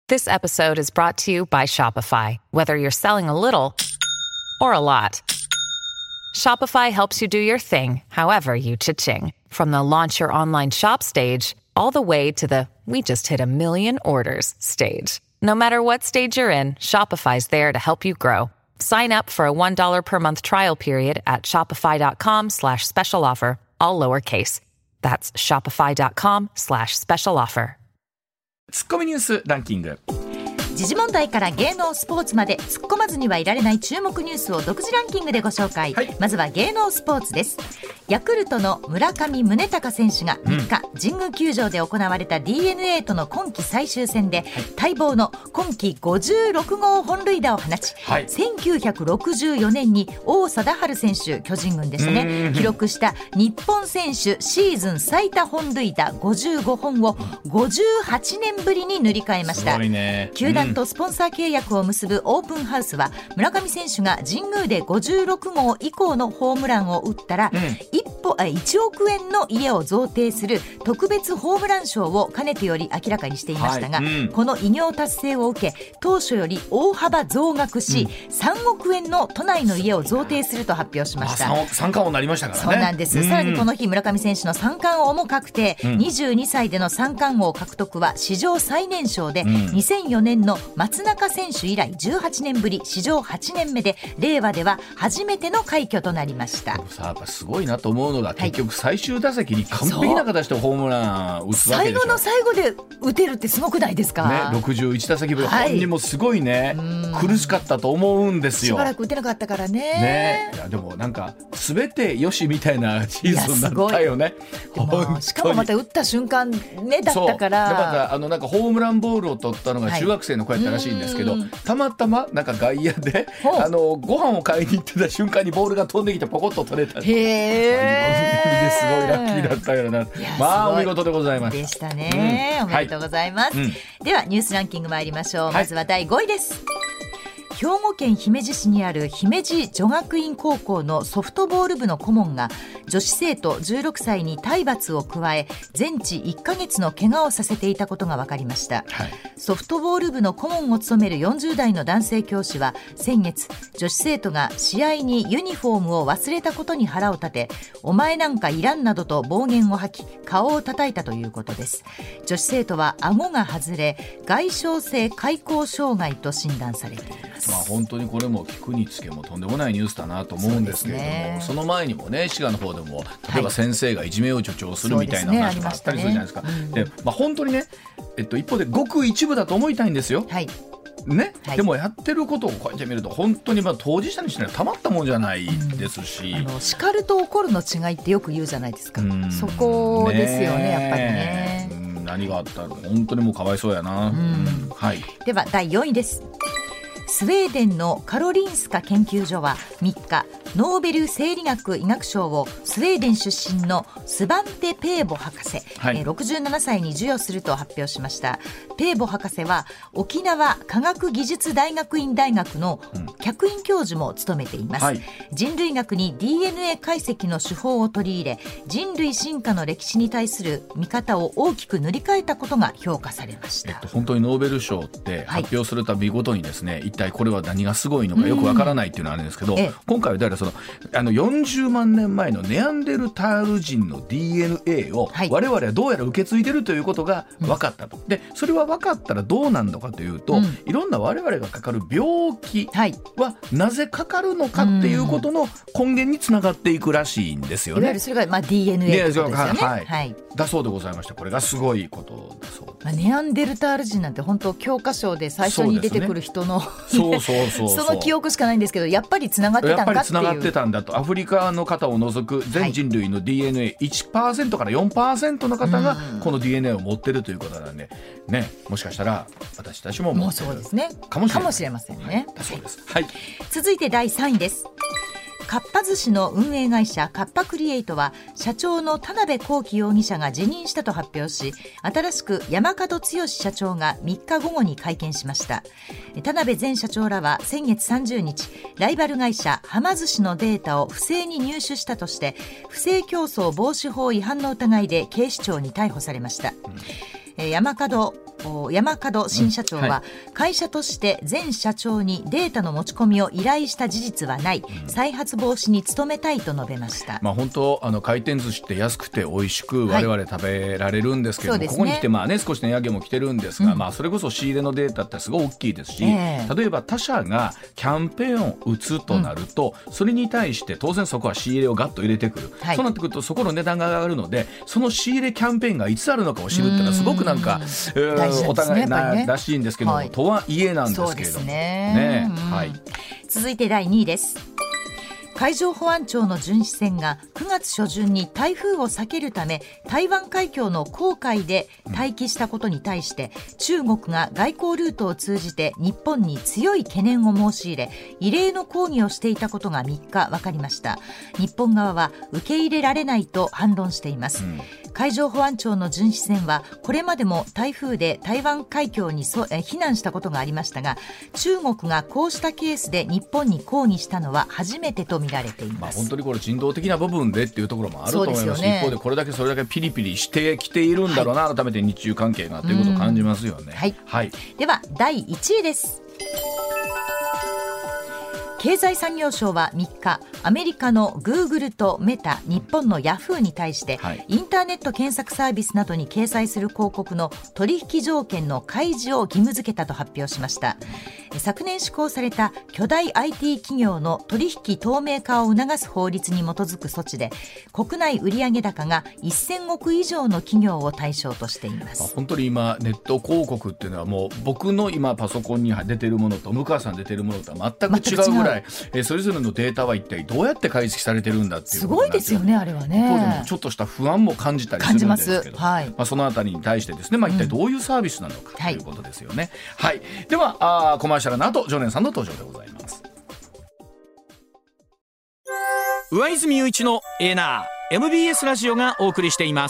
This episode is brought to you by Shopify. Whether you're selling a little or a lot, Shopify helps you do your thing, however you cha-ching. From the launch your online shop stage, all the way to the we just hit 1 million orders stage. No matter what stage you're in, Shopify's there to help you grow. Sign up for a $1 per month trial period at shopify.com/special offer, all lowercase. That's shopify.com/special offer. ツッコミニュースランキング。 時事問題から芸能スポーツまで突っ込まずにはいられない注目ニュースを独自ランキングでご紹介、まずは芸能スポーツです。ヤクルトの村上宗隆選手が3日、神宮球場で行われた DNA との今季最終戦で、待望の今季56号本塁打を放ち、1964年に王貞治選手、巨人軍ですね、記録した日本選手シーズン最多本塁打55本を58年ぶりに塗り替えました。 すごいね。 球団とスポンサー契約を結ぶオープンハウスは、村上選手が神宮で56号以降のホームランを打ったら、1億円の家を贈呈する特別ホームラン賞をかねてより明らかにしていましたが、この偉業達成を受け、当初より大幅増額し、3億円の都内の家を贈呈すると発表しました。 三冠王になりましたからね。 そうなんです。さらにこの日、村上選手の三冠王も確定、22歳での三冠王獲得は史上最年少で、2004年の松中選手以来18年ぶり、史上8年目で、令和では初めての快挙となりました。 さあ、やっぱすごいなと思うのが、結局最終打席に完璧な形でホームラン打つわけでしょ。 最後の最後で打てるってすごくないですか、 61打席分、本人もすごいね、苦しかったと思うんですよ。 しばらく打てなかったからね。 いやでもなんか全てよしみたいなシーズンだったよね。 しかもまた打った瞬間ねだったから。 だからなんかホームランボールを取ったのが中学生の子やったらしいんですけど、たまたまなんか外野でご飯を買いに行ってた瞬間にボールが飛んできてポコッと取れた。すごいラッキーだったよな。まあお見事でございました。 でしたね、おめでとうございます、ではニュースランキング参りましょう。まずは第5位です。兵庫県姫路市にある姫路女学院高校のソフトボール部の顧問が、女子生徒16歳に体罰を加え、全治1ヶ月の怪我をさせていたことが分かりました、ソフトボール部の顧問を務める40代の男性教師は、先月女子生徒が試合にユニフォームを忘れたことに腹を立て、お前なんかいらんなどと暴言を吐き、顔を叩いたということです。女子生徒は顎が外れ、外傷性開口障害と診断されています。 本当にこれも聞くにつけもとんでもないニュースだなと思うんですけれども、 その前にもね、滋賀の方でも例えば先生がいじめを助長するみたいな話があったりするじゃないですか。で、本当にね、一方でごく一部だと思いたいんですよ、でもやってることをこうやって見ると、本当に当事者にしてはたまったもんじゃないですし、 叱ると怒るの違いってよく言うじゃないですか。そこですよね、やっぱりね。 何があったの本当にもうかわいそうやな。 では第4位です。スウェーデンのカロリンスカ研究所は3日、ノーベル生理学医学賞をスウェーデン出身のスバンテ・ペーボ博士、67歳に授与すると発表しました。ペーボ博士は沖縄科学技術大学院大学の客員教授も務めています、人類学に DNA 解析の手法を取り入れ、人類進化の歴史に対する見方を大きく塗り替えたことが評価されました。 本当にノーベル賞って発表するたびごとにですね、一体これは何がすごいのかよくわからないっていうのはあるんですけど、今回はだから40万年前のネアンデルタール人の DNA を我々はどうやら受け継いでるということが分かったと。でそれは分かったらどうなんのかというと、いろんな我々がかかる病気はなぜかかるのかっていうことの根源につながっていくらしいんですよね。 いわゆるそれがDNA ということですよね。 だそうでございました。これがすごいことだそうです。 ネアンデルタール人なんて本当教科書で最初に出てくる人のその記憶しかないんですけど、やっぱりつながってたんだっていう。やっぱりつながってたんだと。アフリカの方を除く全人類の DNA1% から 4% の方がこの DNA を持ってるということなんで、ね、もしかしたら私たちも持ってるかもしれませんね。だそうです。続いて第3位です。かっぱ寿司の運営会社カッパクリエイトは、社長の田辺公己容疑者が辞任したと発表し、新しく山門剛社長が3日午後に会見しました。田辺前社長らは先月30日、ライバル会社はま寿司のデータを不正に入手したとして、不正競争防止法違反の疑いで警視庁に逮捕されました。山門山門新社長は、会社として前社長にデータの持ち込みを依頼した事実はない、再発防止に努めたいと述べました。 本当回転寿司って安くて美味しく我々食べられるんですけども、ここに来て少し値上げも来てるんですが、それこそ仕入れのデータってすごい大きいですし、例えば他社がキャンペーンを打つとなると、それに対して当然そこは仕入れをガッと入れてくる、そうなってくるとそこの値段が上がるので、その仕入れキャンペーンがいつあるのかを知るっていうのはすごくお互いらしいんですけども、とはいえなんですけれどもね。 続いて第2位です。海上保安庁の巡視船が9月初旬に台風を避けるため台湾海峡の黄海で待機したことに対して、中国が外交ルートを通じて日本に強い懸念を申し入れ、異例の抗議をしていたことが3日分かりました。日本側は受け入れられないと反論しています。海上保安庁の巡視船はこれまでも台風で台湾海峡に避難したことがありましたが、中国がこうしたケースで日本に抗議したのは初めてと見られています。 本当にこれ人道的な部分でっていうところもあると思います。一方でこれだけそれだけピリピリしてきているんだろうな、改めて日中関係がということを感じますよね。 では第1位です。経済産業省は3日、アメリカのグーグルとメタ、日本のヤフーに対して、インターネット検索サービスなどに掲載する広告の取引条件の開示を義務付けたと発表しました。昨年施行された巨大 IT 企業の取引透明化を促す法律に基づく措置で、国内売上高が1000億以上の企業を対象としています。 本当に今ネット広告っていうのはもう僕の今パソコンに出てるものと向川さん出てるものとは全く違うぐらい、それぞれのデータは一体どうやって解析されてるんだっていうすごいですよね、あれはね。 ちょっとした不安も感じたりするんですけど、そのあたりに対してですね、一体どういうサービスなのかということですよね。ではコマーシャルの後、常連さんの登場でございます。 上泉雄一のエーナー MBS ラジオがお送りしています。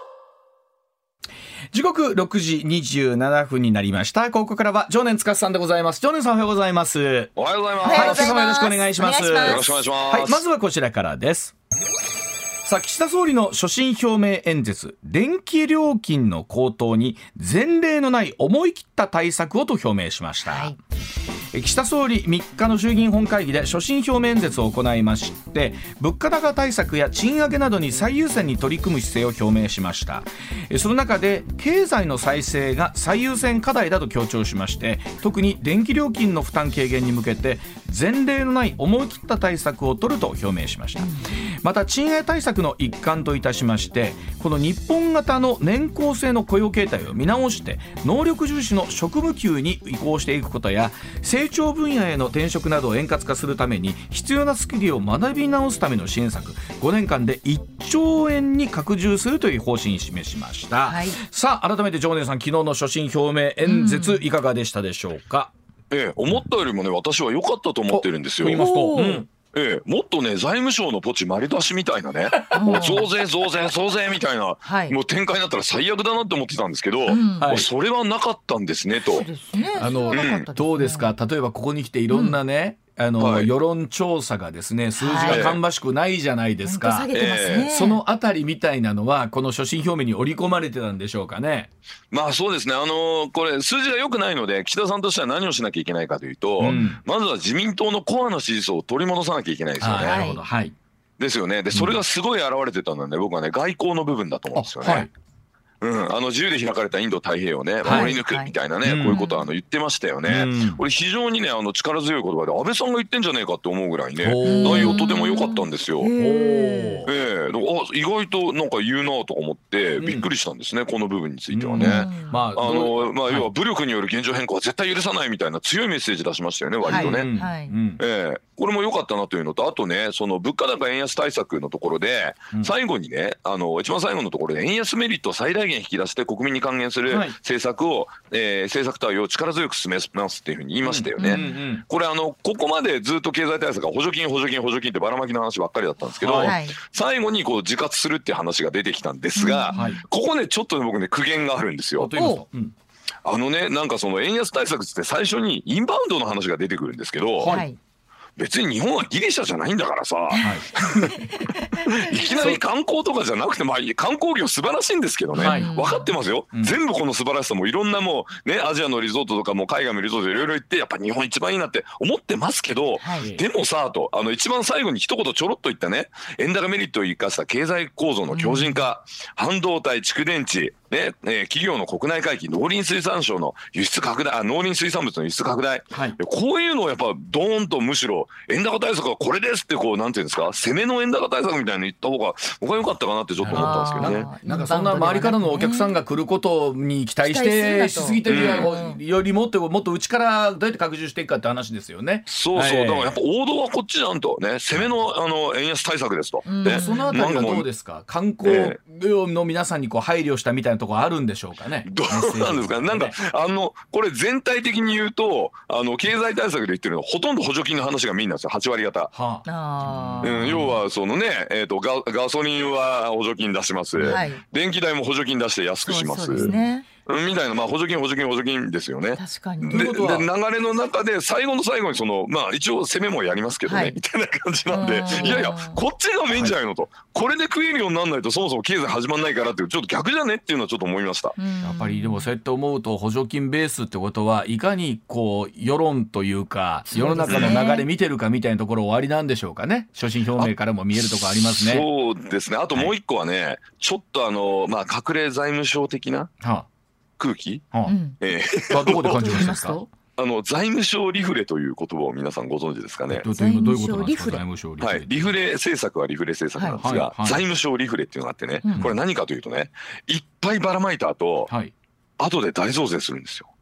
時刻6時27分になりました。ここからは常念司さんでございます。常念さん、おはようございます。 おはようございます。 今日もよろしくお願いします。 よろしくお願いします。 まずはこちらからです。さあ、岸田総理の所信表明演説、電気料金の高騰に前例のない思い切った対策をと表明しました。岸田総理3日の衆議院本会議で所信表明演説を行いまして、物価高対策や賃上げなどに最優先に取り組む姿勢を表明しました。その中で経済の再生が最優先課題だと強調しまして、特に電気料金の負担軽減に向けて前例のない思い切った対策を取ると表明しました。また賃上げ対策の一環といたしまして、この日本型の年功制の雇用形態を見直して能力重視の職務給に移行していくことや、成長分野への転職などを円滑化するために必要なスキルを学び直すための支援策、5年間で1兆円に拡充するという方針を示しました。さあ、改めて常念さん、昨日の所信表明演説いかがでしたでしょうか。 思ったよりもね、私は良かったと思ってるんですよ。 と言いますと、 もっとね、財務省のポチ丸出しみたいなね、もう増税増税増税みたいな、もう展開になったら最悪だなって思ってたんですけど、それはなかったんですねと。 どうですか、例えばここに来ていろんなね、世論調査がですね、数字が芳しくないじゃないですか。そのあたりみたいなのはこの所信表明に織り込まれてたんでしょうかね。 そうですね、これ数字が良くないので、岸田さんとしては何をしなきゃいけないかというと、まずは自民党のコアな支持層を取り戻さなきゃいけないですよね。ですよね。でそれがすごい現れてたので、僕はね、外交の部分だと思うんですよね。自由で開かれたインド太平洋ね、守り抜くみたいなね、こういうことを言ってましたよね。これ非常にね、力強い言葉で、安倍さんが言ってんじゃねえかって思うぐらいね、内容とても良かったんですよ。意外となんか言うなと思ってびっくりしたんですね、この部分についてはね。要は武力による現状変更は絶対許さないみたいな強いメッセージ出しましたよね、割とね。これも良かったなというのと、あとね、その物価高円安対策のところで、最後にね、一番最後のところで円安メリットを最大限引き出して国民に還元する政策を、政策対応を力強く進めますっていうふうに言いましたよね。これここまでずっと経済対策が補助金補助金補助金ってばらまきの話ばっかりだったんですけど、最後にこう自活するっていう話が出てきたんですが、ここね、ちょっと僕ね、苦言があるんですよ。なんかその円安対策って最初にインバウンドの話が出てくるんですけど、 別に日本はギリシャじゃないんだからさ、いきなり観光とかじゃなくて、まあ観光業素晴らしいんですけどね、分かってますよ、全部この素晴らしさもいろんなもうね、アジアのリゾートとかも海外のリゾートいろいろ行って、やっぱ日本一番いいなって思ってますけど、でもさと一番最後に一言ちょろっと言ったね、円高メリットを生かした経済構造の強靭化、半導体、蓄電池ね、企業の国内回帰、農林水産省の輸出拡大、農林水産物の輸出拡大、こういうのをやっぱドーンとむしろ円高対策はこれですってこうなんていうんですか、攻めの円高対策みたいに言った方が僕は良かったかなってちょっと思ったんですけどね。 なんかそんな周りからのお客さんが来ることに期待してしすぎてるよりもって、もっと内からどうやって拡充していくかって話ですよね。 そうそう、だからやっぱ王道はこっちじゃんとね、攻めの円安対策ですと。 そのあたりはどうですか、観光の皆さんにこう配慮したみたいなところあるんでしょうかね。 どうなんですかね。なんかこれ全体的に言うと経済対策で言ってるのはほとんど補助金の話がメインなんですよ、8割方。要はそのね、ガソリンは補助金出します、電気代も補助金出して安くしますみたいな、まあ補助金ですよね。 確かに。 で流れの中で最後の最後にまあ一応攻めもやりますけどね、みたいな感じなんで、いやいやこっちがメインじゃないのと、これで食えるようにならないとそもそも経済始まんないからっていう、ちょっと逆じゃねっていうのはちょっと思いました。 やっぱりでもそうやって思うと、補助金ベースってことはいかにこう世論というか世の中の流れ見てるかみたいなところ終わりなんでしょうかね。所信表明からも見えるところありますね。 そうですね。あともう一個はね、ちょっとまあ隠れ財務省的な空気、 どこで感じましたか。 財務省リフレという言葉を皆さんご存知ですかね。 どういうことなんですか、財務省リフレ。 リフレ政策はリフレ政策なんですが、財務省リフレっていうのがあってね、これ何かというとね、いっぱいばらまいた後、後で大増税するんですよ。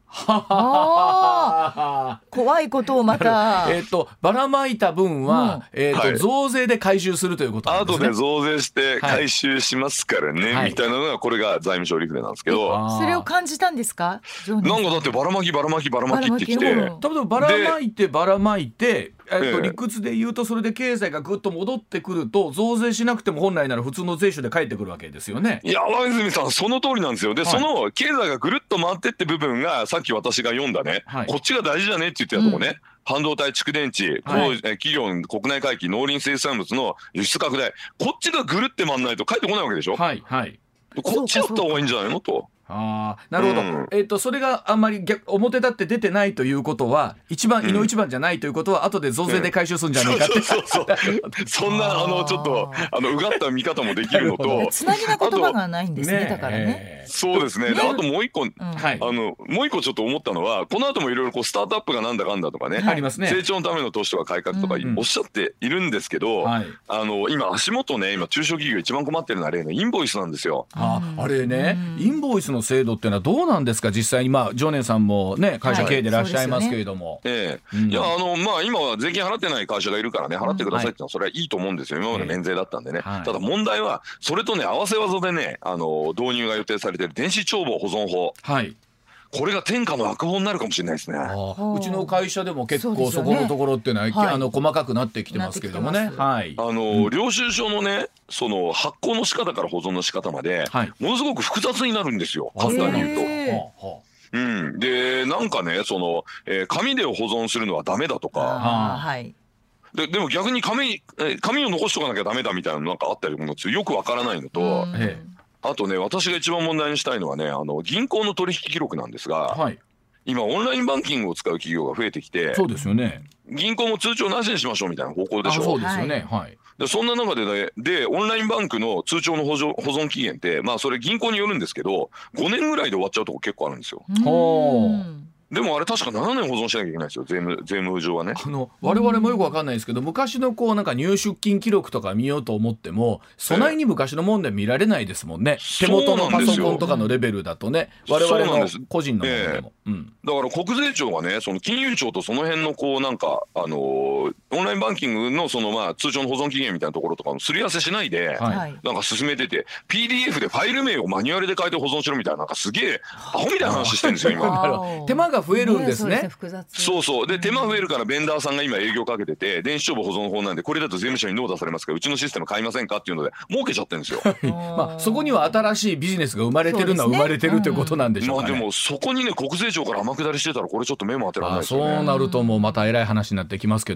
怖いことをまたばらまいた分は、増税で回収するということなんですね。 後で増税して回収しますからね、みたいなのがこれが財務省リフレなんですけど、 それを感じたんですか。 なんかだってばらまきってきて、 多分ばらまいて理屈で言うと、それで経済がぐっと戻ってくると増税しなくても本来なら普通の税収で返ってくるわけですよね。 いや上泉さんその通りなんですよ。で、その経済がぐるっと回ってって部分がさっき私が読んだね、こっちが大事じゃねって言ってたとこね、半導体、蓄電池、企業の国内回帰、農林水産物の輸出拡大、こっちがぐるって回んないと返ってこないわけでしょ。こっちやった方がいいんじゃないのと。 なるほど、それがあんまり表立って出てないということは、一番胃の一番じゃないということは、後で増税で回収するんじゃないかって、 そんなちょっとうがった見方もできるのと、 つなぎな言葉がないんですね。だからね。 そうですね。あともう一個ちょっと思ったのは、この後もいろいろスタートアップがなんだかんだとかね、成長のための投資とか改革とかおっしゃっているんですけど、今足元ね、今中小企業一番困ってるのは例のインボイスなんですよ。 あれね、インボイスの制度っていうのはどうなんですか、実際に。常念さんもね、会社経営でいらっしゃいますけれども、 いやまあ今は税金払ってない会社がいるからね、払ってくださいってのはそれはいいと思うんですよ。今まで免税だったんでね。ただ問題はそれとね、合わせ技でね、導入が予定されている電子帳簿保存法、これが天下の悪法になるかもしれないですね。 うちの会社でも結構そこのところっていうのは細かくなってきてますけれどもね。 領収書のね、その発行の仕方から保存の仕方までものすごく複雑になるんですよ、簡単に言うと。でなんかね、紙で保存するのはダメだとか、でも逆に紙を残しとかなきゃダメだみたいなのなんかあったりもよくわからないのと、あとね、私が一番問題にしたいのはね、銀行の取引記録なんですが、今オンラインバンキングを使う企業が増えてきて、 そうですよね、 銀行も通帳なしにしましょうみたいな方向でしょ。 そうですよね。 でそんな中でオンラインバンクの通帳の保存期限って、まあそれ銀行によるんですけど、5年ぐらいで終わっちゃうとこ結構あるんですよ。でもあれ確か7年保存しなきゃいけないですよ、税務上はね。 我々もよくわかんないですけど、昔のなんか入出金記録とか見ようと思っても、そないに昔のもんで見られないですもんね。手元のパソコンとかのレベルだとね、我々の個人のものでも。 だから国税庁がね、その金融庁とその辺のなんかオンラインバンキングのまあ通帳の保存期限みたいなところとかもすり合わせしないで、なんか進めてて、 PDF でファイル名をマニュアルで変えて保存しろみたいな、なんかすげえアホみたいな話してるんですよ今。 手間が増えるんですね。 そうで手間増えるからベンダーさんが今営業かけてて、電子帳簿保存法なんでこれだと税務署に納出されますからうちのシステム買いませんかっていうので儲けちゃってるんですよ。 まあそこには新しいビジネスが生まれてるのは生まれてるということなんでしょうかね。 でもそこにね、国税庁から天下りしてたらこれちょっと目も当てられないですよね。 そうなるともうまたえらい話になってきますけどね。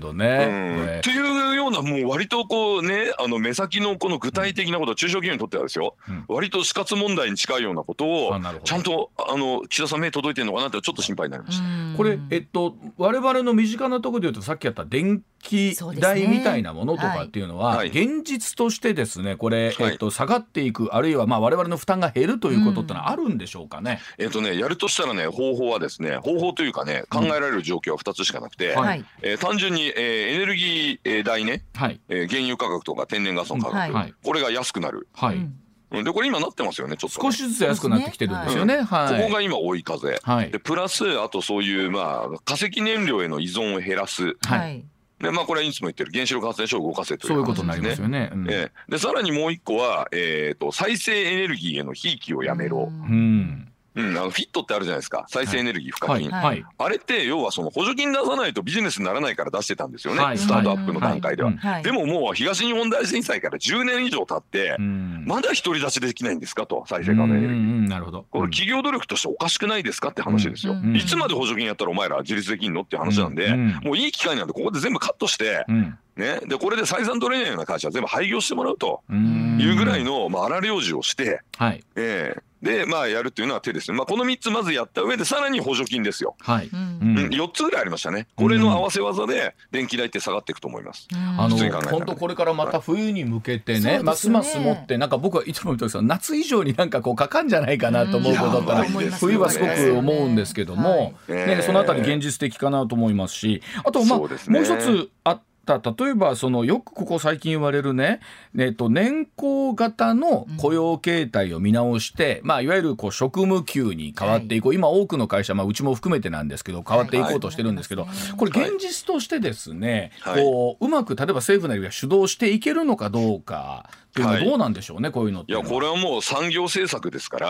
というようなもう割とこうね目先のこの具体的なこと、中小企業にとってはですよ、割と死活問題に近いようなことをちゃんと岸田さん目届いてるのかなってちょっと心配になりました。 これ我々の身近なところでいうとさっきやった電気代みたいなものとかっていうのは現実としてですねこれ下がっていく、あるいは我々の負担が減るということってのはあるんでしょうかね。 やるとしたらね方法はですね、方法というかね考えられる状況は2つしかなくて、単純にエネルギー代ね、原油価格とか天然ガスの価格、これが安くなる。でこれ今なってますよね、ちょっとね、 少しずつ安くなってきてるんですよね。ここが今追い風、でプラスあとそういう化石燃料への依存を減らす。でこれはいつも言ってる原子力発電所を動かせということになりますよね。でさらにもう一個は再生エネルギーへのひいきをやめろ。フィットってあるじゃないですか、再生エネルギー賦課金、あれって要はその補助金出さないとビジネスにならないから出してたんですよね、スタートアップの段階では。でももう東日本大震災から10年以上経ってまだ独り立ちできないんですかと、再生可能エネルギー。 なるほど。 これ企業努力としておかしくないですかって話ですよ。いつまで補助金やったらお前ら自立できんのっていう話なんで、もういい機会なんでここで全部カットしてね、でこれで採算取れないような会社は全部廃業してもらうというぐらいの荒療治をして、でやるっていうのは手ですね。この3つまずやった上でさらに補助金ですよ。4つぐらいありましたね。これの合わせ技で電気代って下がっていくと思います。 本当これからまた冬に向けてね、ますますもって僕はいつも言うとですけど、夏以上にかかんじゃないかなと思うことだったら冬はすごく思うんですけども、そのあたり現実的かなと思いますし、あともう一つあって例えばよくここ最近言われるね、年功型の雇用形態を見直して、いわゆる職務給に変わっていこう、今多くの会社、うちも含めてなんですけど変わっていこうとしてるんですけど、これ現実としてですね、うまく例えば政府なりが主導していけるのかどうかっていうのはどうなんでしょうね、こういうのって。 これはもう産業政策ですから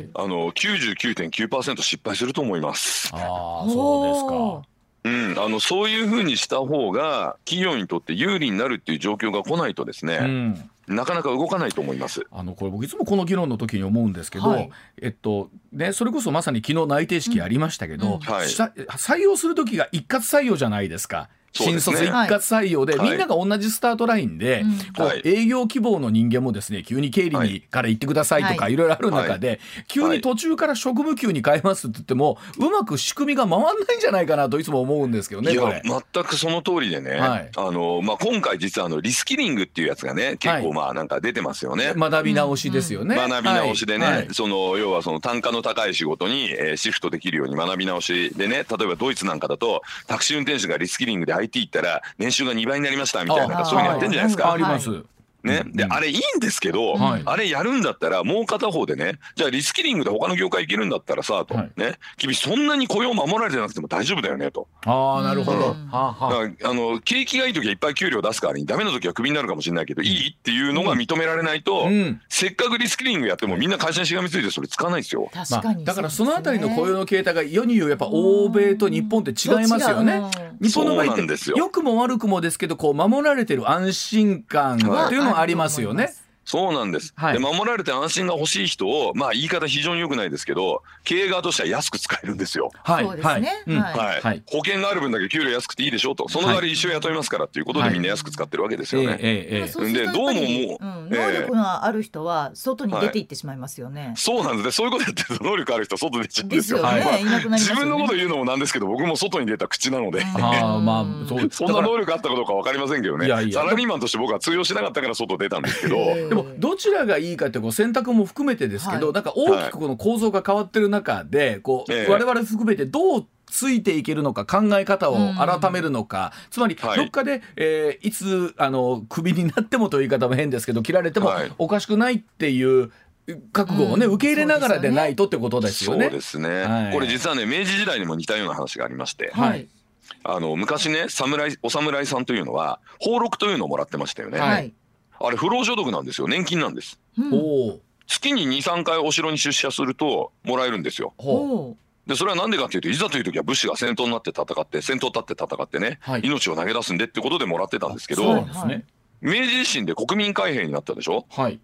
、99.9% 失敗すると思います。 そうですか。 そういうふうにした方が企業にとって有利になるっていう状況が来ないとですね、なかなか動かないと思います。 これ僕いつもこの議論の時に思うんですけど、それこそまさに昨日内定式ありましたけど、採用する時が一括採用じゃないですか。新卒一括採用で、みんなが同じスタートラインで、営業希望の人間もですね、急に経理にから行ってくださいとかいろいろある中で、急に途中から職務給に変えますって言ってもうまく仕組みが回んないんじゃないかなといつも思うんですけどね。 全くその通りでね、今回実はリスキリングっていうやつがね結構出てますよね。 学び直しですよね。 学び直しでね、要は単価の高い仕事にシフトできるように学び直しでね、例えばドイツなんかだとタクシー運転手がリスキリングでIT 行ったら年収が2倍になりましたみたいな、そういうのやってんじゃないですか。 あります。 であれいいんですけど、あれやるんだったらもう片方でね、じゃあリスキリングで他の業界行けるんだったらさと、君そんなに雇用守られてなくても大丈夫だよねと。 なるほど。 景気がいい時はいっぱい給料出す代わりにダメな時はクビになるかもしれないけど、いいっていうのが認められないと、せっかくリスキリングやってもみんな会社にしがみついてそれ使わないですよ。 だからそのあたりの雇用の形態が世に言うやっぱ欧米と日本って違いますよね。日本の場合って良くも悪くもですけど守られてる安心感っていうのはありますよね。 そうなんです、で守られて安心が欲しい人を言い方非常に良くないですけど経営側としては安く使えるんですよ。 そうですね。 保険がある分だけ給料安くていいでしょと、その代わり一生雇いますからっていうことでみんな安く使ってるわけですよね。 でどうも能力のある人は外に出ていってしまいますよね。 そうなんですね。そういうことやってると能力ある人は外出ちゃうんですよ。自分のこと言うのもなんですけど僕も外に出た口なのでそんな能力あったかどうか分かりませんけどね。サラリーマンとして僕は通用しなかったから外出たんですけどでもどちらがいいかって選択も含めてですけど、大きくこの構造が変わってる中で我々含めてどうついていけるのか、考え方を改めるのか、つまりどっかでいつクビになってもという言い方も変ですけど切られてもおかしくないっていう覚悟をね受け入れながらでないとってことですよね。 そうですね。これ実はね明治時代にも似たような話がありまして、昔ねお侍さんというのは俸禄というのをもらってましたよね。あれ不労所得なんですよ。年金なんです。月に 2,3 回お城に出社するともらえるんですよ。でそれはなんでかっていうといざという時は武士が先頭になって戦って先頭立って戦ってね、命を投げ出すんでってことでもらってたんですけど、明治維新で国民海兵になったでしょ。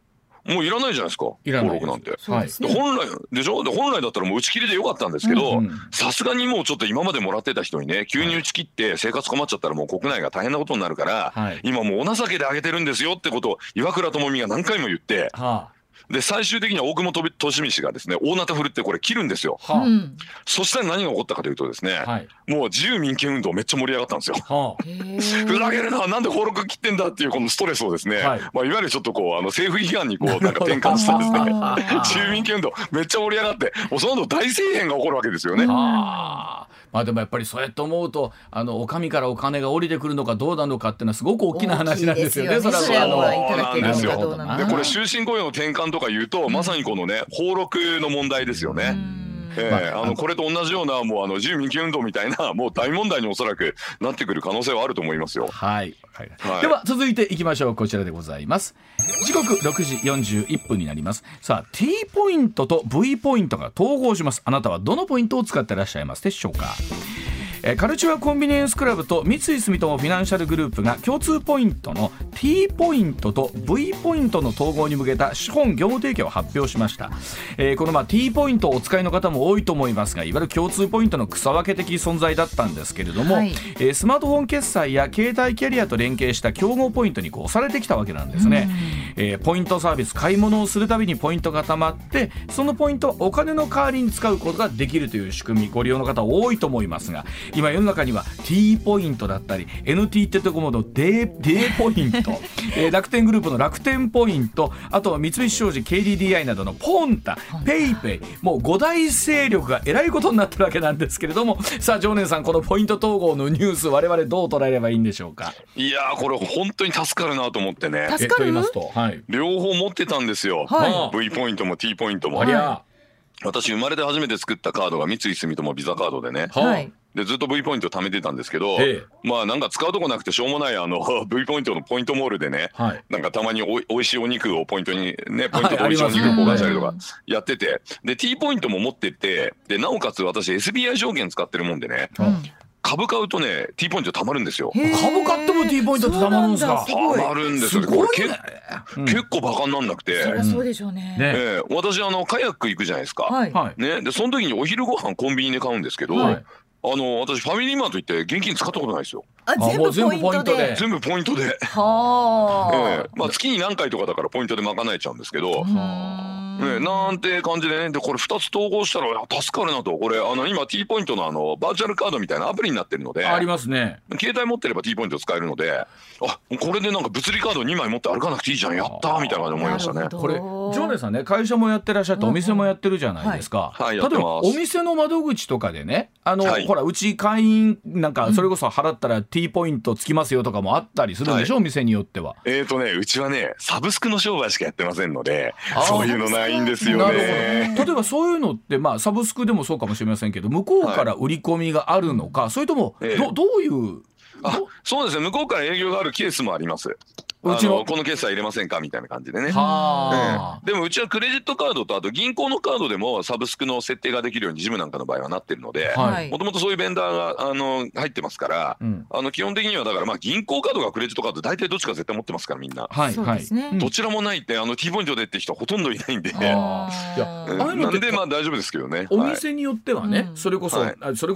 もういらないじゃないですか、登録なんて。 はい、 本来でしょ。で本来だったらもう打ち切りでよかったんですけど、さすがにもうちょっと今までもらってた人にね急に打ち切って生活困っちゃったらもう国内が大変なことになるから、はい、今もうお情けであげてるんですよってことを岩倉具視が何回も言って、はあ、で最終的には大久保利通がですね大なた振るってこれ切るんですよ。はあ、そしたら何が起こったかというとですね、はい、もう自由民権運動めっちゃ盛り上がったんですよ。はあ、ふざけるな、なんで登録切ってんだっていうこのストレスをですね、はい、いわゆるちょっとこう政府批判にこうなんか転換したですね自由民権運動めっちゃ盛り上がって、もうその後大政変が起こるわけですよね。 まあでもやっぱりそうやって思うとお上からお金が降りてくるのかどうなのかっていうのはすごく大きな話なんですよね。それはなんですよ。でこれ終身雇用の転換とか言うとまさにこのね登録の問題ですよね。これと同じようなもう自由民権運動みたいなもう大問題におそらくなってくる可能性はあると思いますよ。 はい、はいはい、では続いていきましょう。こちらでございます。時刻6時41分になります。さあ T ポイントと V ポイントが統合します。あなたはどのポイントを使っていらっしゃいますでしょうか。カルチュアコンビニエンスクラブと三井住友フィナンシャルグループが共通ポイントの T ポイントと V ポイントの統合に向けた資本業務提携を発表しました。このT ポイントをお使いの方も多いと思いますが、いわゆる共通ポイントの草分け的存在だったんですけれども、はい、スマートフォン決済や携帯キャリアと連携した競合ポイントに押されてきたわけなんですね。ポイントサービス、買い物をするたびにポイントが貯まって、そのポイントをお金の代わりに使うことができるという仕組み、ご利用の方多いと思いますが、今世の中には T ポイントだったり NTT ドコモの D ポイント楽天グループの楽天ポイント、あとは三菱商事 KDDI などのポンタ、ペイペイ、もう5大勢力がえらいことになってるわけなんですけれども、さあ常念さん、このポイント統合のニュース我々どう捉えればいいんでしょうか。 いやこれ本当に助かるなと思ってね。 助かると言いますと、はい、 両方持ってたんですよ、はい、V ポイントも T ポイントも。私生まれて初めて作ったカードが三井住友ビザカードでね、はい、でずっと V ポイント貯めてたんですけど、まあなんか使うとこなくてしょうもないV ポイントのポイントモールでね、はい、なんかたまにおいしいお肉をポイントにね、ポイントとおいしいお肉を交換したりとかやってて、で T ポイントも持ってて、でなおかつ私 SBI 証券使ってるもんでね、株買うとね T ポイント貯まるんですよ。 株買っても T ポイントって貯まるんですか。 貯まるんですよ。これ結構バカになんなくて、 そりゃそうでしょうね。 私カヤック行くじゃないですか、ね、でその時にお昼ご飯コンビニで買うんですけど、私ファミリーマート行って現金使ったことないですよ。 全部ポイントで。 全部ポイントで。まあ月に何回とかだからポイントで賄えちゃうんですけど、なんて感じでね。でこれ2つ統合したら助かるなと。これ今 T ポイントのバーチャルカードみたいなアプリになってるので、 ありますね。 携帯持ってれば T ポイント使えるので、これでなんか物理カード2枚持って歩かなくていいじゃん、やったーみたいな感じで思いましたね。 これ常念さんね、会社もやってらっしゃってお店もやってるじゃないですか。例えばお店の窓口とかでね、ほらうち会員なんかそれこそ払ったら T ポイントつきますよとかもあったりするんでしょ、店によっては。 うちはねサブスクの商売しかやってませんので、そういうのないんですよね。 例えばそういうのってサブスクでもそうかもしれませんけど、向こうから売り込みがあるのか、それともどういうそうですね、向こうから営業があるケースもあります。この決済入れませんかみたいな感じでね。でもうちはクレジットカードとあと銀行のカードでもサブスクの設定ができるようにジムなんかの場合はなってるので、もともとそういうベンダーが入ってますから、基本的にはだから銀行カードがクレジットカード大体どっちか絶対持ってますからみんな。どちらもないってT ポイントでって人はほとんどいないんで、なんで大丈夫ですけどね。 お店によってはね、それこそ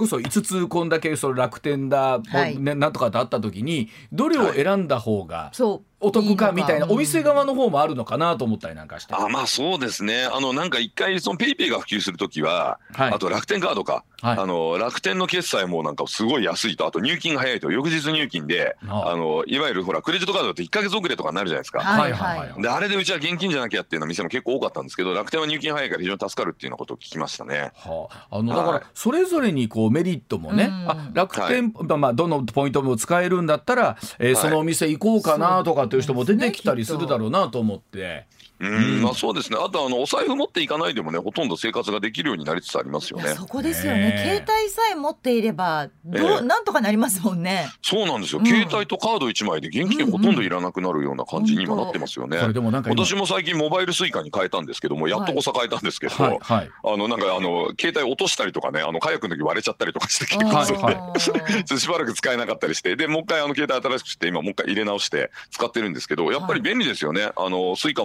5つこんだけ楽天だなんとかってあった時にどれを選んだ方がお得かみたいなお店側の方もあるのかなと思ったりなんかして。 まあそうですね。なんか一回そのペイペイが普及するときは、あと楽天カードか、楽天の決済もなんかすごい安いと、あと入金が早いと、翌日入金でいわゆるほらクレジットカードって1ヶ月遅れとかになるじゃないですか。であれでうちは現金じゃなきゃっていうの店も結構多かったんですけど、楽天は入金早いから非常に助かるっていうようなことを聞きましたね。 だからそれぞれにこうメリットもね、楽天どのポイントも使えるんだったらそのお店行こうかなとかっていう人も出てきたりするだろうなと思って。 そうですね。あとお財布持っていかないでもね、ほとんど生活ができるようになりつつありますよね。 そこですよね。携帯さえ持っていればなんとかなりますもんね。 そうなんですよ。携帯とカード1枚で現金ほとんどいらなくなるような感じに今なってますよね。私も最近モバイルスイカに変えたんですけども、やっとこさ変えたんですけど、なんか携帯落としたりとかね、カヤックの時割れちゃったりとかしてきてますので、しばらく使えなかったりして、でもう一回携帯新しくして今もう一回入れ直して使ってるんですけど、やっぱり便利ですよね。スイカも使えるし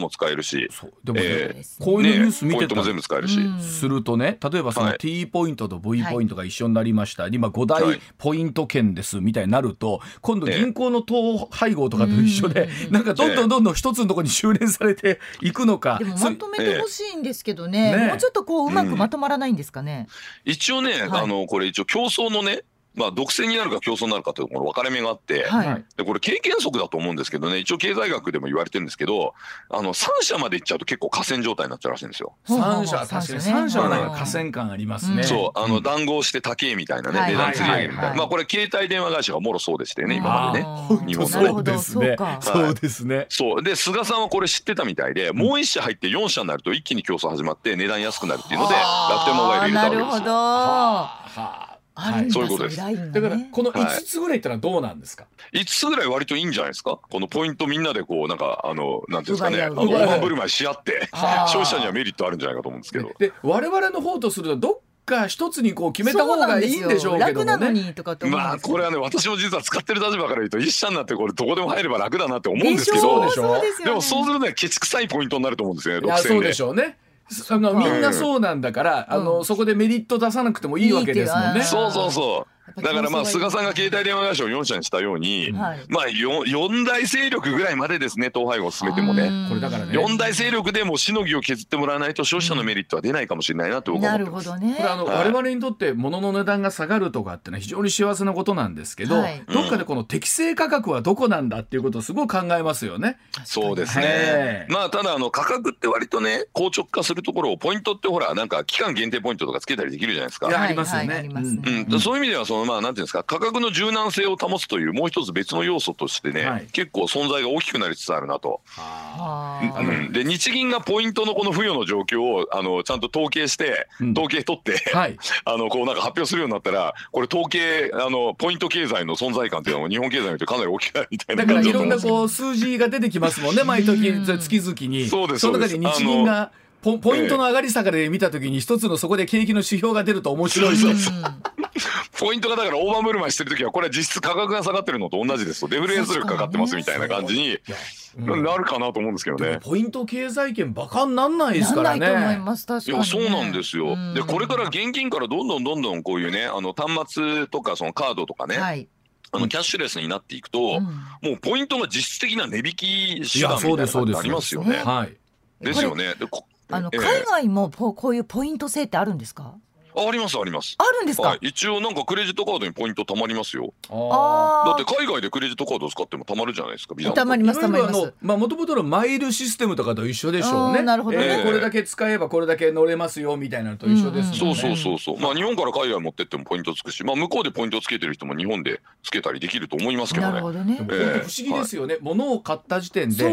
し、 でもこういうニュース見てたら、 ポイントも全部使えるし、 するとね、例えばその T ポイントと V ポイントが一緒になりました、今5大ポイント券ですみたいになると、今度銀行の統廃合とかと一緒で、なんかどんどん一つのところに収斂されていくのか。 でもまとめてほしいんですけどね、もうちょっとこううまくまとまらないんですかね。 一応ね、これ一応競争のね、独占になるか競争になるかという分かれ目があって、でこれ経験則だと思うんですけどね、一応経済学でも言われてるんですけど、3社までいっちゃうと結構河川状態になっちゃうらしいんですよ。 3社、確かに3社はなんか河川感ありますね。 そう談合して高えみたいなね、値段釣り上げみたいな、これ携帯電話会社がもろそうでしたよね、今までね、日本の。 そうですね。そうですね。 そうで菅さんはこれ知ってたみたいで、もう1社入って4社になると一気に競争始まって値段安くなるっていうので、楽天モバイル入れたわけですよ。 なるほど。 そういうことです。 だからこの5つぐらいってのはどうなんですか。 5つぐらい割といいんじゃないですか。このポイントみんなでこうなんかなんていうんですかね、大盤振る舞いし合って消費者にはメリットあるんじゃないかと思うんですけど。 で我々の方とするとどっか一つにこう決めた方がいいんでしょうけどもね。 これはね、私も実は使ってる立場から言うと、1社になってこれどこでも入れば楽だなって思うんですけど、でもそうするとね、ケチくさいポイントになると思うんですよね、独占で。 そうでしょうね。みんなそうなんだから、そこでメリット出さなくてもいいわけですもんね。 そうだから菅さんが携帯電話会社を4社にしたように、4大勢力ぐらいまでですね、統廃合を進めてもね、これだからね、4大勢力でもしのぎを削ってもらわないと消費者のメリットは出ないかもしれないなと僕は思ってます。 なるほどね。 これ我々にとって物の値段が下がるとかってのは非常に幸せなことなんですけど、どっかでこの適正価格はどこなんだっていうことをすごく考えますよね。 そうですね。ただ価格って割とね硬直化するところを、ポイントってほらなんか期間限定ポイントとかつけたりできるじゃないですか。 ありますよね。 そういう意味ではなんていうんですか、価格の柔軟性を保つというもう一つ別の要素としてね、結構存在が大きくなりつつあるなと。で日銀がポイントのこの付与の状況をちゃんと統計して統計取ってこうなんか発表するようになったら、これ統計ポイント経済の存在感っていうのも日本経済にとってかなり大きくなるみたいな感じだと思うんです。 だからいろんな数字が出てきますもんね、毎時月々に。その中で日銀がポイントの上がり下がりで見たときに一つのそこで景気の指標が出ると面白い。 ポイントがだから大盤振る舞いしてるときは、これは実質価格が下がってるのと同じですと、デフレーズ力かかってますみたいな感じになるかなと思うんですけどね。 ポイント経済圏バカになんないですからね。 なんないと思います。確かにね。 そうなんですよ。でこれから現金からどんどんこういうね端末とかそのカードとかね、キャッシュレスになっていくと、もうポイントが実質的な値引き手段みたいなのがありますよね。ですよね。 海外もこういうポイント制ってあるんですか？ ありますあります。 あるんですか？ 一応なんかクレジットカードにポイント貯まりますよ。だって海外でクレジットカードを使っても貯まるじゃないですか。 貯まります貯まります。 もともとのマイルシステムとかと一緒でしょうね。 なるほどね。 これだけ使えばこれだけ乗れますよみたいなのと一緒ですもんね。 そう。日本から海外持ってってもポイントつくし、向こうでポイントつけてる人も日本でつけたりできると思いますけどね。 なるほどね。 不思議ですよね。物を買った時点で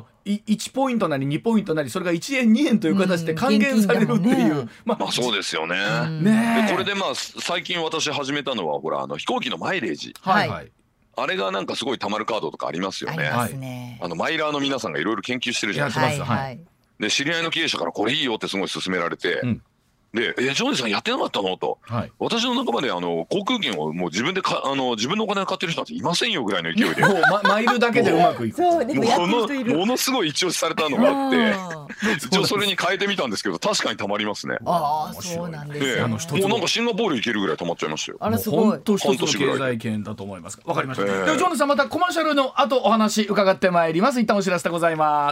1ポイントなり2ポイントなり、それが1円2円という形で還元されるっていう。 そうですよね。でこれで最近私始めたのはほら飛行機のマイレージ。あれがなんかすごい貯まるカードとかありますよね。マイラーの皆さんがいろいろ研究してるじゃないですか。で知り合いの経営者からこれいいよってすごい勧められて、でジョニーさんやってなかったのと、私の仲間で航空券をもう自分のお金で買ってる人なんていませんよぐらいの勢いで、 もうマイルだけでうまくいく。ものすごい一押しされたのがあって一応それに変えてみたんですけど、確かにたまりますね。 そうなんですよ。 もうなんかシンガポール行けるぐらいたまっちゃいましたよ。 本当一つの経済圏だと思います。わかりました。ではジョンさん、またコマーシャルの後お話伺ってまいります。一旦お知らせでございます。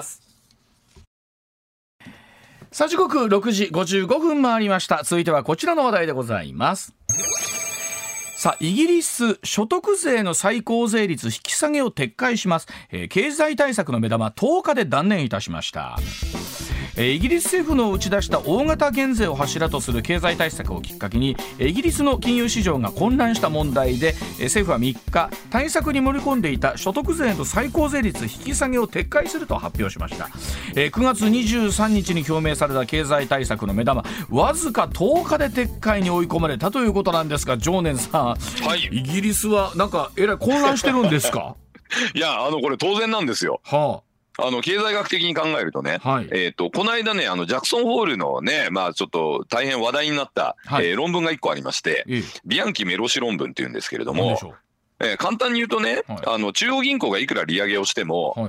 さあ時刻6時55分回りました。続いてはこちらの話題でございます。さあイギリス所得税の最高税率引き下げを撤回します。経済対策の目玉10日で断念いたしました。イギリス政府の打ち出した大型減税を柱とする経済対策をきっかけにイギリスの金融市場が混乱した問題で、政府は3日対策に盛り込んでいた所得税の最高税率引き下げを撤回すると発表しました。9月23日に表明された経済対策の目玉、わずか10日で撤回に追い込まれたということなんですが、常念さん、イギリスはなんかえらい混乱してるんですか？ いやこれ当然なんですよ。経済学的に考えるとね、この間ねジャクソンホールのねちょっと大変話題になった、論文が1個ありまして、ビアンキ・メロシ論文っていうんですけれども、簡単に言うとね、中央銀行がいくら利上げをしても、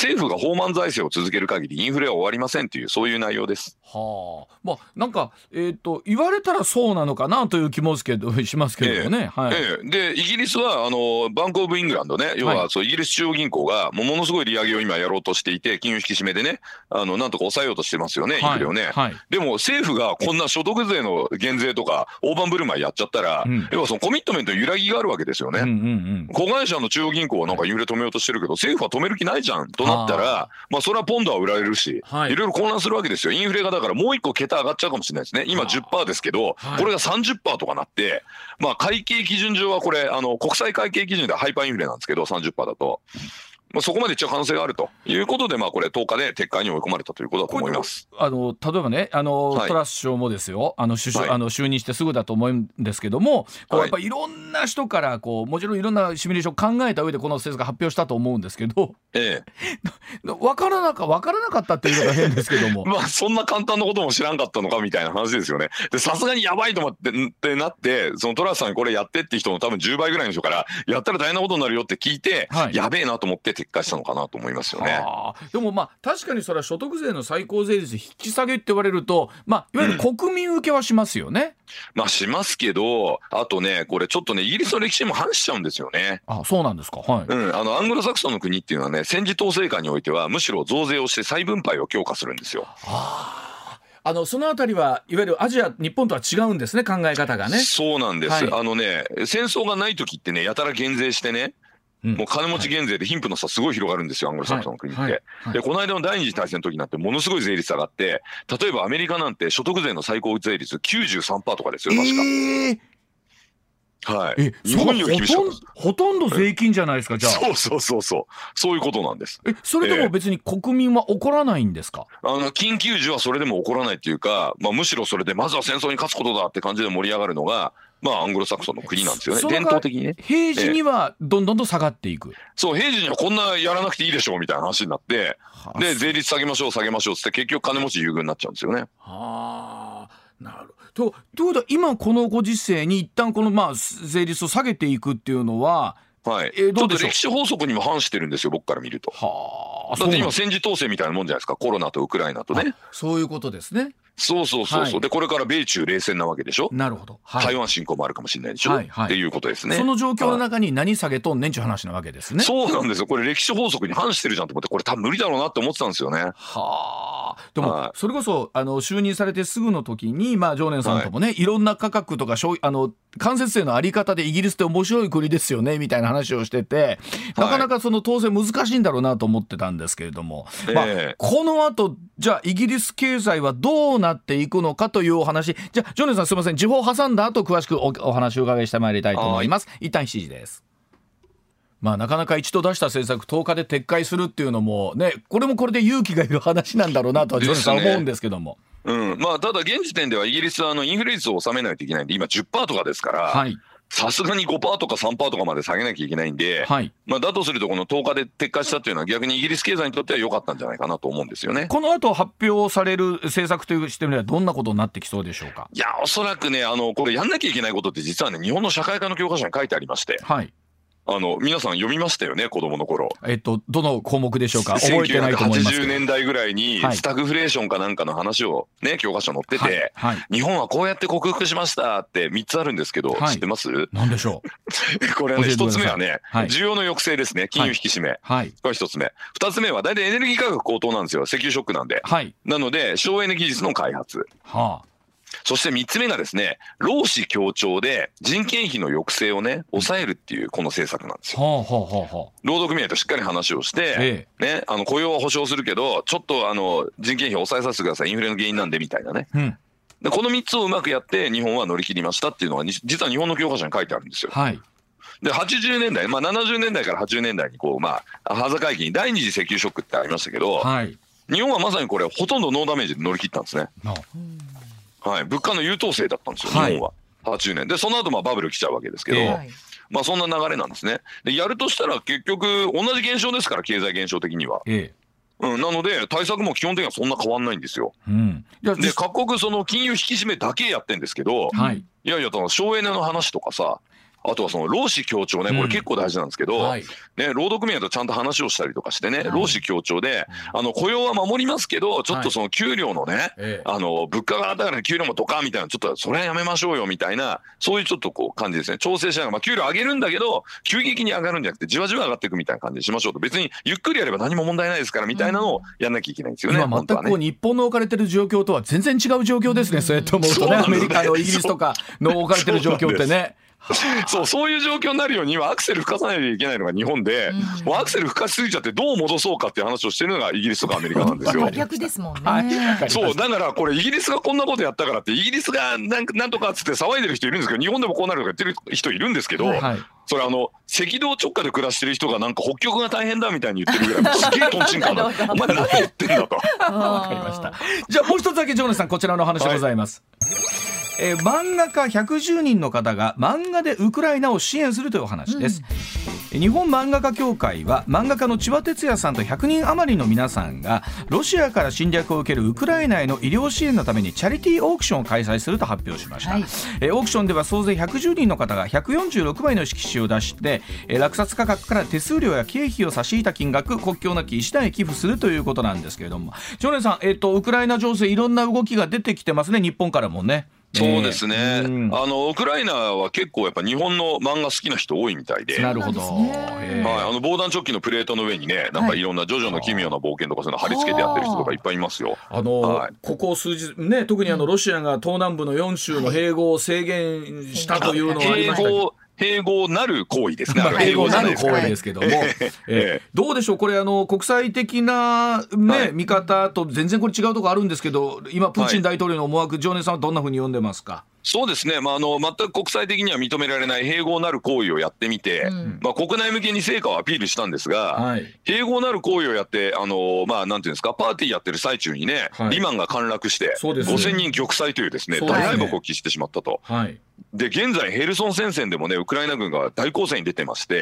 政府が放満財政を続ける限りインフレは終わりませんという、そういう内容です。 はあ、まあなんか、言われたらそうなのかなという気もしますけどね。 でイギリスはバンク・オブ・イングランドね、要はそうイギリス中央銀行がものすごい利上げを今やろうとしていて、金融引き締めでね、なんとか抑えようとしてますよね、インフレをね。でも政府がこんな所得税の減税とか大盤振る舞いやっちゃったら、要はそのコミットメントに揺らぎがあるわけですよね。子会社の中央銀行はなんかインフレ止めようとしてるけど、政府は止める気ないじゃんとなったら、まあそれはポンドは売られるし、いろいろ混乱するわけですよ。インフレがだからもう一個桁上がっちゃうかもしれないですね。今 10% ですけど、これが 30% とかなって、まあ会計基準上はこれ国際会計基準ではハイパーインフレなんですけど 30% だと。まあ、そこまでいっちゃう可能性があるということで、まあこれ10日で撤回に追い込まれたということだと思います。 例えばね、トラス首相もですよ、就任してすぐだと思うんですけども、こうやっぱりいろんな人からもちろんいろんなシミュレーションを考えた上でこの政策が発表したと思うんですけど、分からなかったっていうのが変ですけどもまあそんな簡単なことも知らんかったのかみたいな話ですよね。でさすがにやばいと思ってなって、そのトラスさんにこれやってって人の多分10倍ぐらいの人からやったら大変なことになるよって聞いて、やべえなと思って撤回したのかなと思いますよね。 でもまあ確かにそれは所得税の最高税率引き下げって言われると、まあいわゆる国民受けはしますよね。 まあしますけど、あとねこれちょっとねイギリスの歴史にも反しちゃうんですよね。 そうなんですか。アングロサクソンの国っていうのはね、戦時統制下においてはむしろ増税をして再分配を強化するんですよ。 そのあたりはいわゆるアジア日本とは違うんですね、考え方がね。 そうなんです。戦争がない時ってねやたら減税してね、もう金持ち減税で貧富の差すごい広がるんですよ、アングロサクソンの国って。でこの間の第二次大戦の時になってものすごい税率上がって、例えばアメリカなんて所得税の最高税率 93% とかですよ確か。日本より厳しかったです。 ほとんど税金じゃないですか、じゃあ。 そういうことなんです。 それでも別に国民は怒らないんですか。 緊急時はそれでも怒らないっていうか、まあ、むしろそれでまずは戦争に勝つことだって感じで盛り上がるのが、まあ、アングロサクソンの国なんですよね、伝統的にね。 平時にはどんどんと下がっていく。 そう、平時にはこんなやらなくていいでしょうみたいな話になって、で税率下げましょうって結局金持ち優遇になっちゃうんですよね。 なるほど。ということは今このご時世に一旦この税率を下げていくっていうのは、 ちょっと歴史法則にも反してるんですよ、僕から見ると。だって今戦時統制みたいなもんじゃないですか、コロナとウクライナとね。 そういうことですね。 でこれから米中冷戦なわけでしょ。 なるほど。 台湾侵攻もあるかもしれないでしょ、っていうことですね。 その状況の中に何下げとんねんちゅう話なわけですね。 そうなんですよ。これ歴史法則に反してるじゃんと思って、これ多分無理だろうなって思ってたんですよね。 でもそれこそ就任されてすぐの時に常念さんともね、いろんな価格とか間接税のあり方でイギリスって面白い国ですよねみたいな話をしてて、なかなかその当選難しいんだろうなと思ってたんですけれども、この後じゃあイギリス経済はどうなっていくのかというお話、じゃあ常念さんすいません、時報を挟んだ後詳しくお話を伺いしてまいりたいと思います。一旦7時です。なかなか一度出した政策10日で撤回するっていうのもね、これもこれで勇気がいる話なんだろうなとは常念さん思うんですけども、 ただ現時点ではイギリスはインフレ率を収めないといけないんで今 10% とかですから、さすがに 5% とか 3% とかまで下げなきゃいけないんで、だとするとこの10日で撤回したっていうのは逆にイギリス経済にとっては良かったんじゃないかなと思うんですよね。 この後発表される政策としてみればどんなことになってきそうでしょうか。 いやおそらくねこれやんなきゃいけないことって実はね日本の社会科の教科書に書いてありまして、皆さん読みましたよね、子供の頃。 どの項目でしょうか。覚えてないと思いますけど。 1980年代ぐらいにスタグフレーションかなんかの話をね教科書載ってて、日本はこうやって克服しましたって3つあるんですけど、知ってます？ 何でしょうこれはね、1つ目はね、需要の抑制ですね、金融引き締め、これ1つ目。2つ目は大体エネルギー価格高騰なんですよ、石油ショックなんで、なので省エネ技術の開発、そして3つ目がですね、労使協調で人件費の抑制をね抑えるっていうこの政策なんですよ。労働組合としっかり話をして、雇用は保障するけどちょっと人件費を抑えさせてください、インフレの原因なんでみたいなね、でこの3つをうまくやって日本は乗り切りましたっていうのが実は日本の教科書に書いてあるんですよ。で80年代、70年代から80年代にハザ会期に第二次石油ショックってありましたけど、日本はまさにこれほとんどノーダメージで乗り切ったんですね。物価の優等生だったんですよ、日本は。80年でその後バブル来ちゃうわけですけど、そんな流れなんですね。でやるとしたら結局同じ現象ですから、経済現象的には。なので対策も基本的にはそんな変わんないんですよ。で各国その金融引き締めだけやってんですけど、いやいや省エネの話とかさ、 あとはその労使協調ね、これ結構大事なんですけど、ね、労働組合とちゃんと話をしたりとかしてね、労使協調で雇用は守りますけど、ちょっとその給料のね、物価がだから給料もドカンみたいな、ちょっとそれはやめましょうよみたいな、そういうちょっとこう感じですね。調整しながら、給料上げるんだけど急激に上がるんじゃなくてじわじわ上がっていくみたいな感じにしましょうと、別にゆっくりやれば何も問題ないですからみたいなのをやんなきゃいけないんですよね。 今全くこう日本の置かれてる状況とは全然違う状況ですね。そうやって思うとね、アメリカのイギリスとかの置かれてる状況ってね。 そういう状況になるように今アクセル吹かさないといけないのが日本で、もうアクセル吹かしすぎちゃってどう戻そうかっていう話をしてるのがイギリスとかアメリカなんですよ。 逆ですもんね。 そうだからこれイギリスがこんなことやったからってイギリスがなんとかっつって騒いでる人いるんですけど、日本でもこうなるとか言ってる人いるんですけど、それ赤道直下で暮らしてる人がなんか北極が大変だみたいに言ってるぐらいすげえトンチンカンだお前何言ってんだと。 わかりました。じゃあもう一つだけジョーネさん、こちらの話でございます。漫画家110人の方が漫画でウクライナを支援するというお話です。日本漫画家協会は漫画家の千葉哲也さんと100人余りの皆さんがロシアから侵略を受けるウクライナへの医療支援のためにチャリティーオークションを開催すると発表しました。オークションでは総勢110人の方が146枚の色紙を出して、落札価格から手数料や経費を差し引いた金額、国境なき医師団へ寄付するということなんですけれども、常連さん、ウクライナ情勢いろんな動きが出てきてますね、日本からもね。 そうですね、ウクライナは結構やっぱ日本の漫画好きな人多いみたいで。 なるほど。 防弾チョッキのプレートの上にね、なんかいろんなジョジョの奇妙な冒険とかそういうの貼り付けてやってる人とかいっぱいいますよ。 ここ数日ね、特にロシアが東南部の4州の併合を制限したというのはありましたけど、 併合なる行為ですね。 併合なる行為ですけども、どうでしょうこれ国際的な、見方と全然これ違うところあるんですけど、今プーチン大統領の思惑、常連さんはどんなふうに読んでますか？ そうですね、全く国際的には認められない併合なる行為をやってみて、国内向けに成果をアピールしたんですが、併合なる行為をやってなんていうんですか、パーティーやってる最中にね、リマンが陥落して5000人玉砕というですね、大敗北を喫してしまったと。で現在ヘルソン戦線でもねウクライナ軍が大攻勢に出てまして、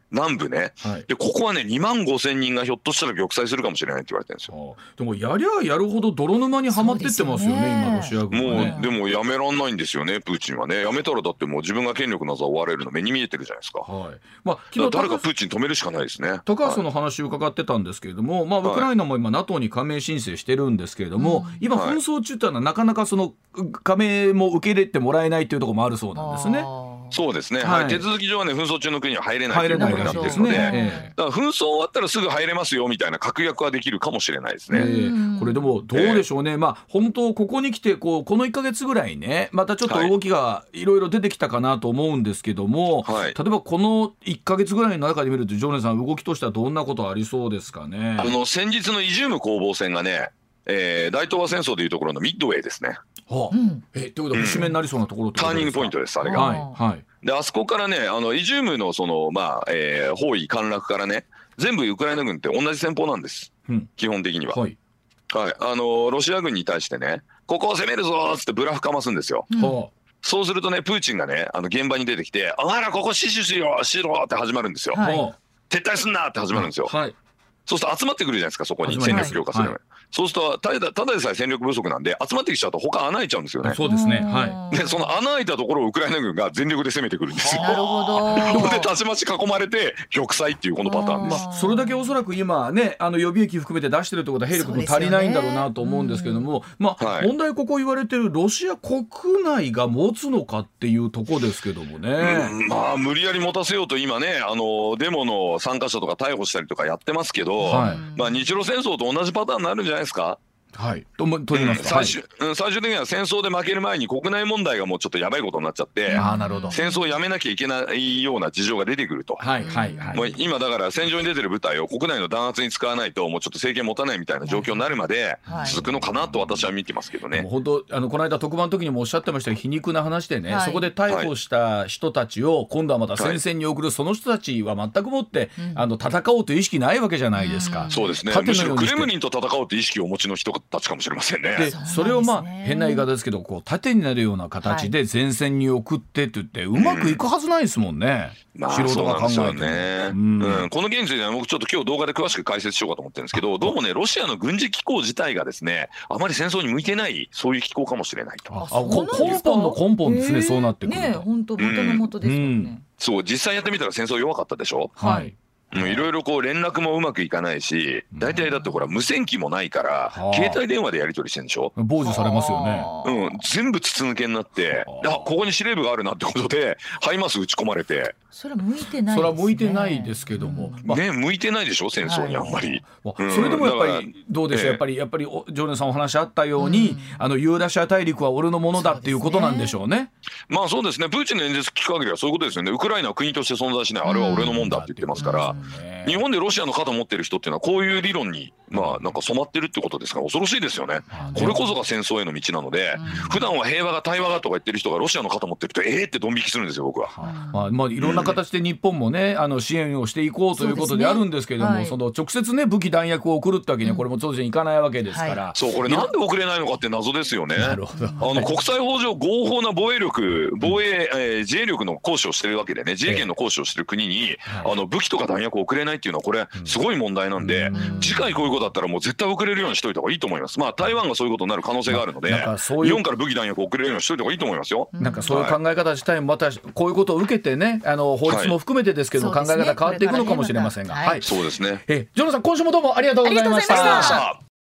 南部ね、でここはね2万5千人がひょっとしたら玉砕するかもしれないって言われてるんですよ。 でもやりゃやるほど泥沼にはまってってますよね、今ロシア軍はね。 もうでもやめらんないんですよね、プーチンはね。やめたらだってもう自分が権力の座を追われるの目に見えてるじゃないですか。昨日誰かプーチン止めるしかないですね。 高橋さんの話を伺ってたんですけれども、ウクライナも今 NATO に加盟申請してるんですけれども、今紛争中というのはなかなかその加盟も受け入れてもらえないというところもあるそうなんですね。 そうですね、手続き上はね紛争中の国は入れないということになっているので、だから紛争終わったらすぐ入れますよみたいな確約はできるかもしれないですね。 これでもどうでしょうね、本当ここに来てこの1ヶ月ぐらいね、またちょっと動きがいろいろ出てきたかなと思うんですけども、例えばこの1ヶ月ぐらいの中で見ると常連さん動きとしてはどんなことありそうですかね。 先日のイジューム攻防戦がね、大東亜戦争でいうところのミッドウェーですね。 ということは節目になりそうなところターニングポイントです、あれが。であそこからねイジュームのその包囲陥落からね全部ウクライナ軍って同じ戦法なんです、基本的には。ロシア軍に対してねここを攻めるぞっつってブラフかますんですよ。そうするとねプーチンがね現場に出てきてお前らここ死守しろって始まるんですよ。撤退すんなって始まるんですよ。そうすると集まってくるじゃないですか、そこに戦力強化する。そうするとただでさえ戦力不足なんで集まってきちゃうと他穴開いちゃうんですよね。 そうですね。 でその穴開いたところをウクライナ軍が全力で攻めてくるんですよ。 なるほど。 でたちまち囲まれて玉砕っていうこのパターンです。 それだけおそらく今ね予備役含めて出してるってことは兵力も足りないんだろうなと思うんですけども、問題ここ言われてるロシア国内が持つのかっていうとこですけどもね。 無理やり持たせようと今ねデモの参加者とか逮捕したりとかやってますけど、日露戦争と同じパターンになるんじゃないですか。 最終的には戦争で負ける前に国内問題がもうちょっとやばいことになっちゃって戦争をやめなきゃいけないような事情が出てくると。もう今だから戦場に出てる部隊を国内の弾圧に使わないともうちょっと政権持たないみたいな状況になるまで続くのかなと私は見てますけどね。 本当この間特番の時にもおっしゃってましたが皮肉な話でね、そこで逮捕した人たちを今度はまた戦線に送るその人たちは全くもって戦おうという意識ないわけじゃないですか。 そうですね。むしろクレムリンと戦おうという意識をお持ちの人国たちかもしれませんね。 でそれを変な言い方ですけどこう盾になるような形で前線に送ってって言ってうまくいくはずないですもんね、素人が考えても。 この現地で僕ちょっと今日動画で詳しく解説しようかと思ってるんですけど、どうもねロシアの軍事機構自体がですねあまり戦争に向いてないそういう機構かもしれないと。 根本の根本ですね、そうなってくると。 本当元の元ですもんね。 そう実際やってみたら戦争弱かったでしょ。 はい。 いろいろこう連絡もうまくいかないし、大体だってほら無線機もないから携帯電話でやり取りしてるんでしょ。 傍受されますよね。 全部筒抜けになって、ここに司令部があるなってことでハイマース撃ち込まれて。 それは向いてないですね。 それは向いてないですけども、 向いてないでしょ戦争にあんまり。 それでもやっぱりどうでしょう、やっぱり常連さんお話あったように、ユーラシア大陸は俺のものだっていうことなんでしょうね。 そうですね。プーチンの演説聞く限りはそういうことですよね。ウクライナは国として存在しない、あれは俺のもんだって言ってますから、日本でロシアの肩持ってる人っていうのはこういう理論になんか染まってるってことですから恐ろしいですよね。これこそが戦争への道なので、普段は平和が対話がとか言ってる人がロシアの肩持ってるとってドン引きするんですよ僕は。 いろんな形で日本もね支援をしていこうということであるんですけれども、その直接ね武器弾薬を送るってわけにはこれも当然いかないわけですから、 そうこれなんで送れないのかって謎ですよね。 なるほど。 国際法上合法な防衛自衛力の行使をしてるわけでね、自衛権の行使をしてる国に武器とか弾薬を送れないっていうのはこれすごい問題なんで、次回こういうことだったらもう絶対送れるようにしといた方がいいと思います。台湾がそういうことになる可能性があるので、日本から武器弾薬を送れるようにしといた方がいいと思いますよ。 なんかそういう考え方自体もまたこういうことを受けてね法律も含めてですけど考え方変わっていくのかもしれませんが、 そうですね。 ジョナさん今週もどうもありがとうございました。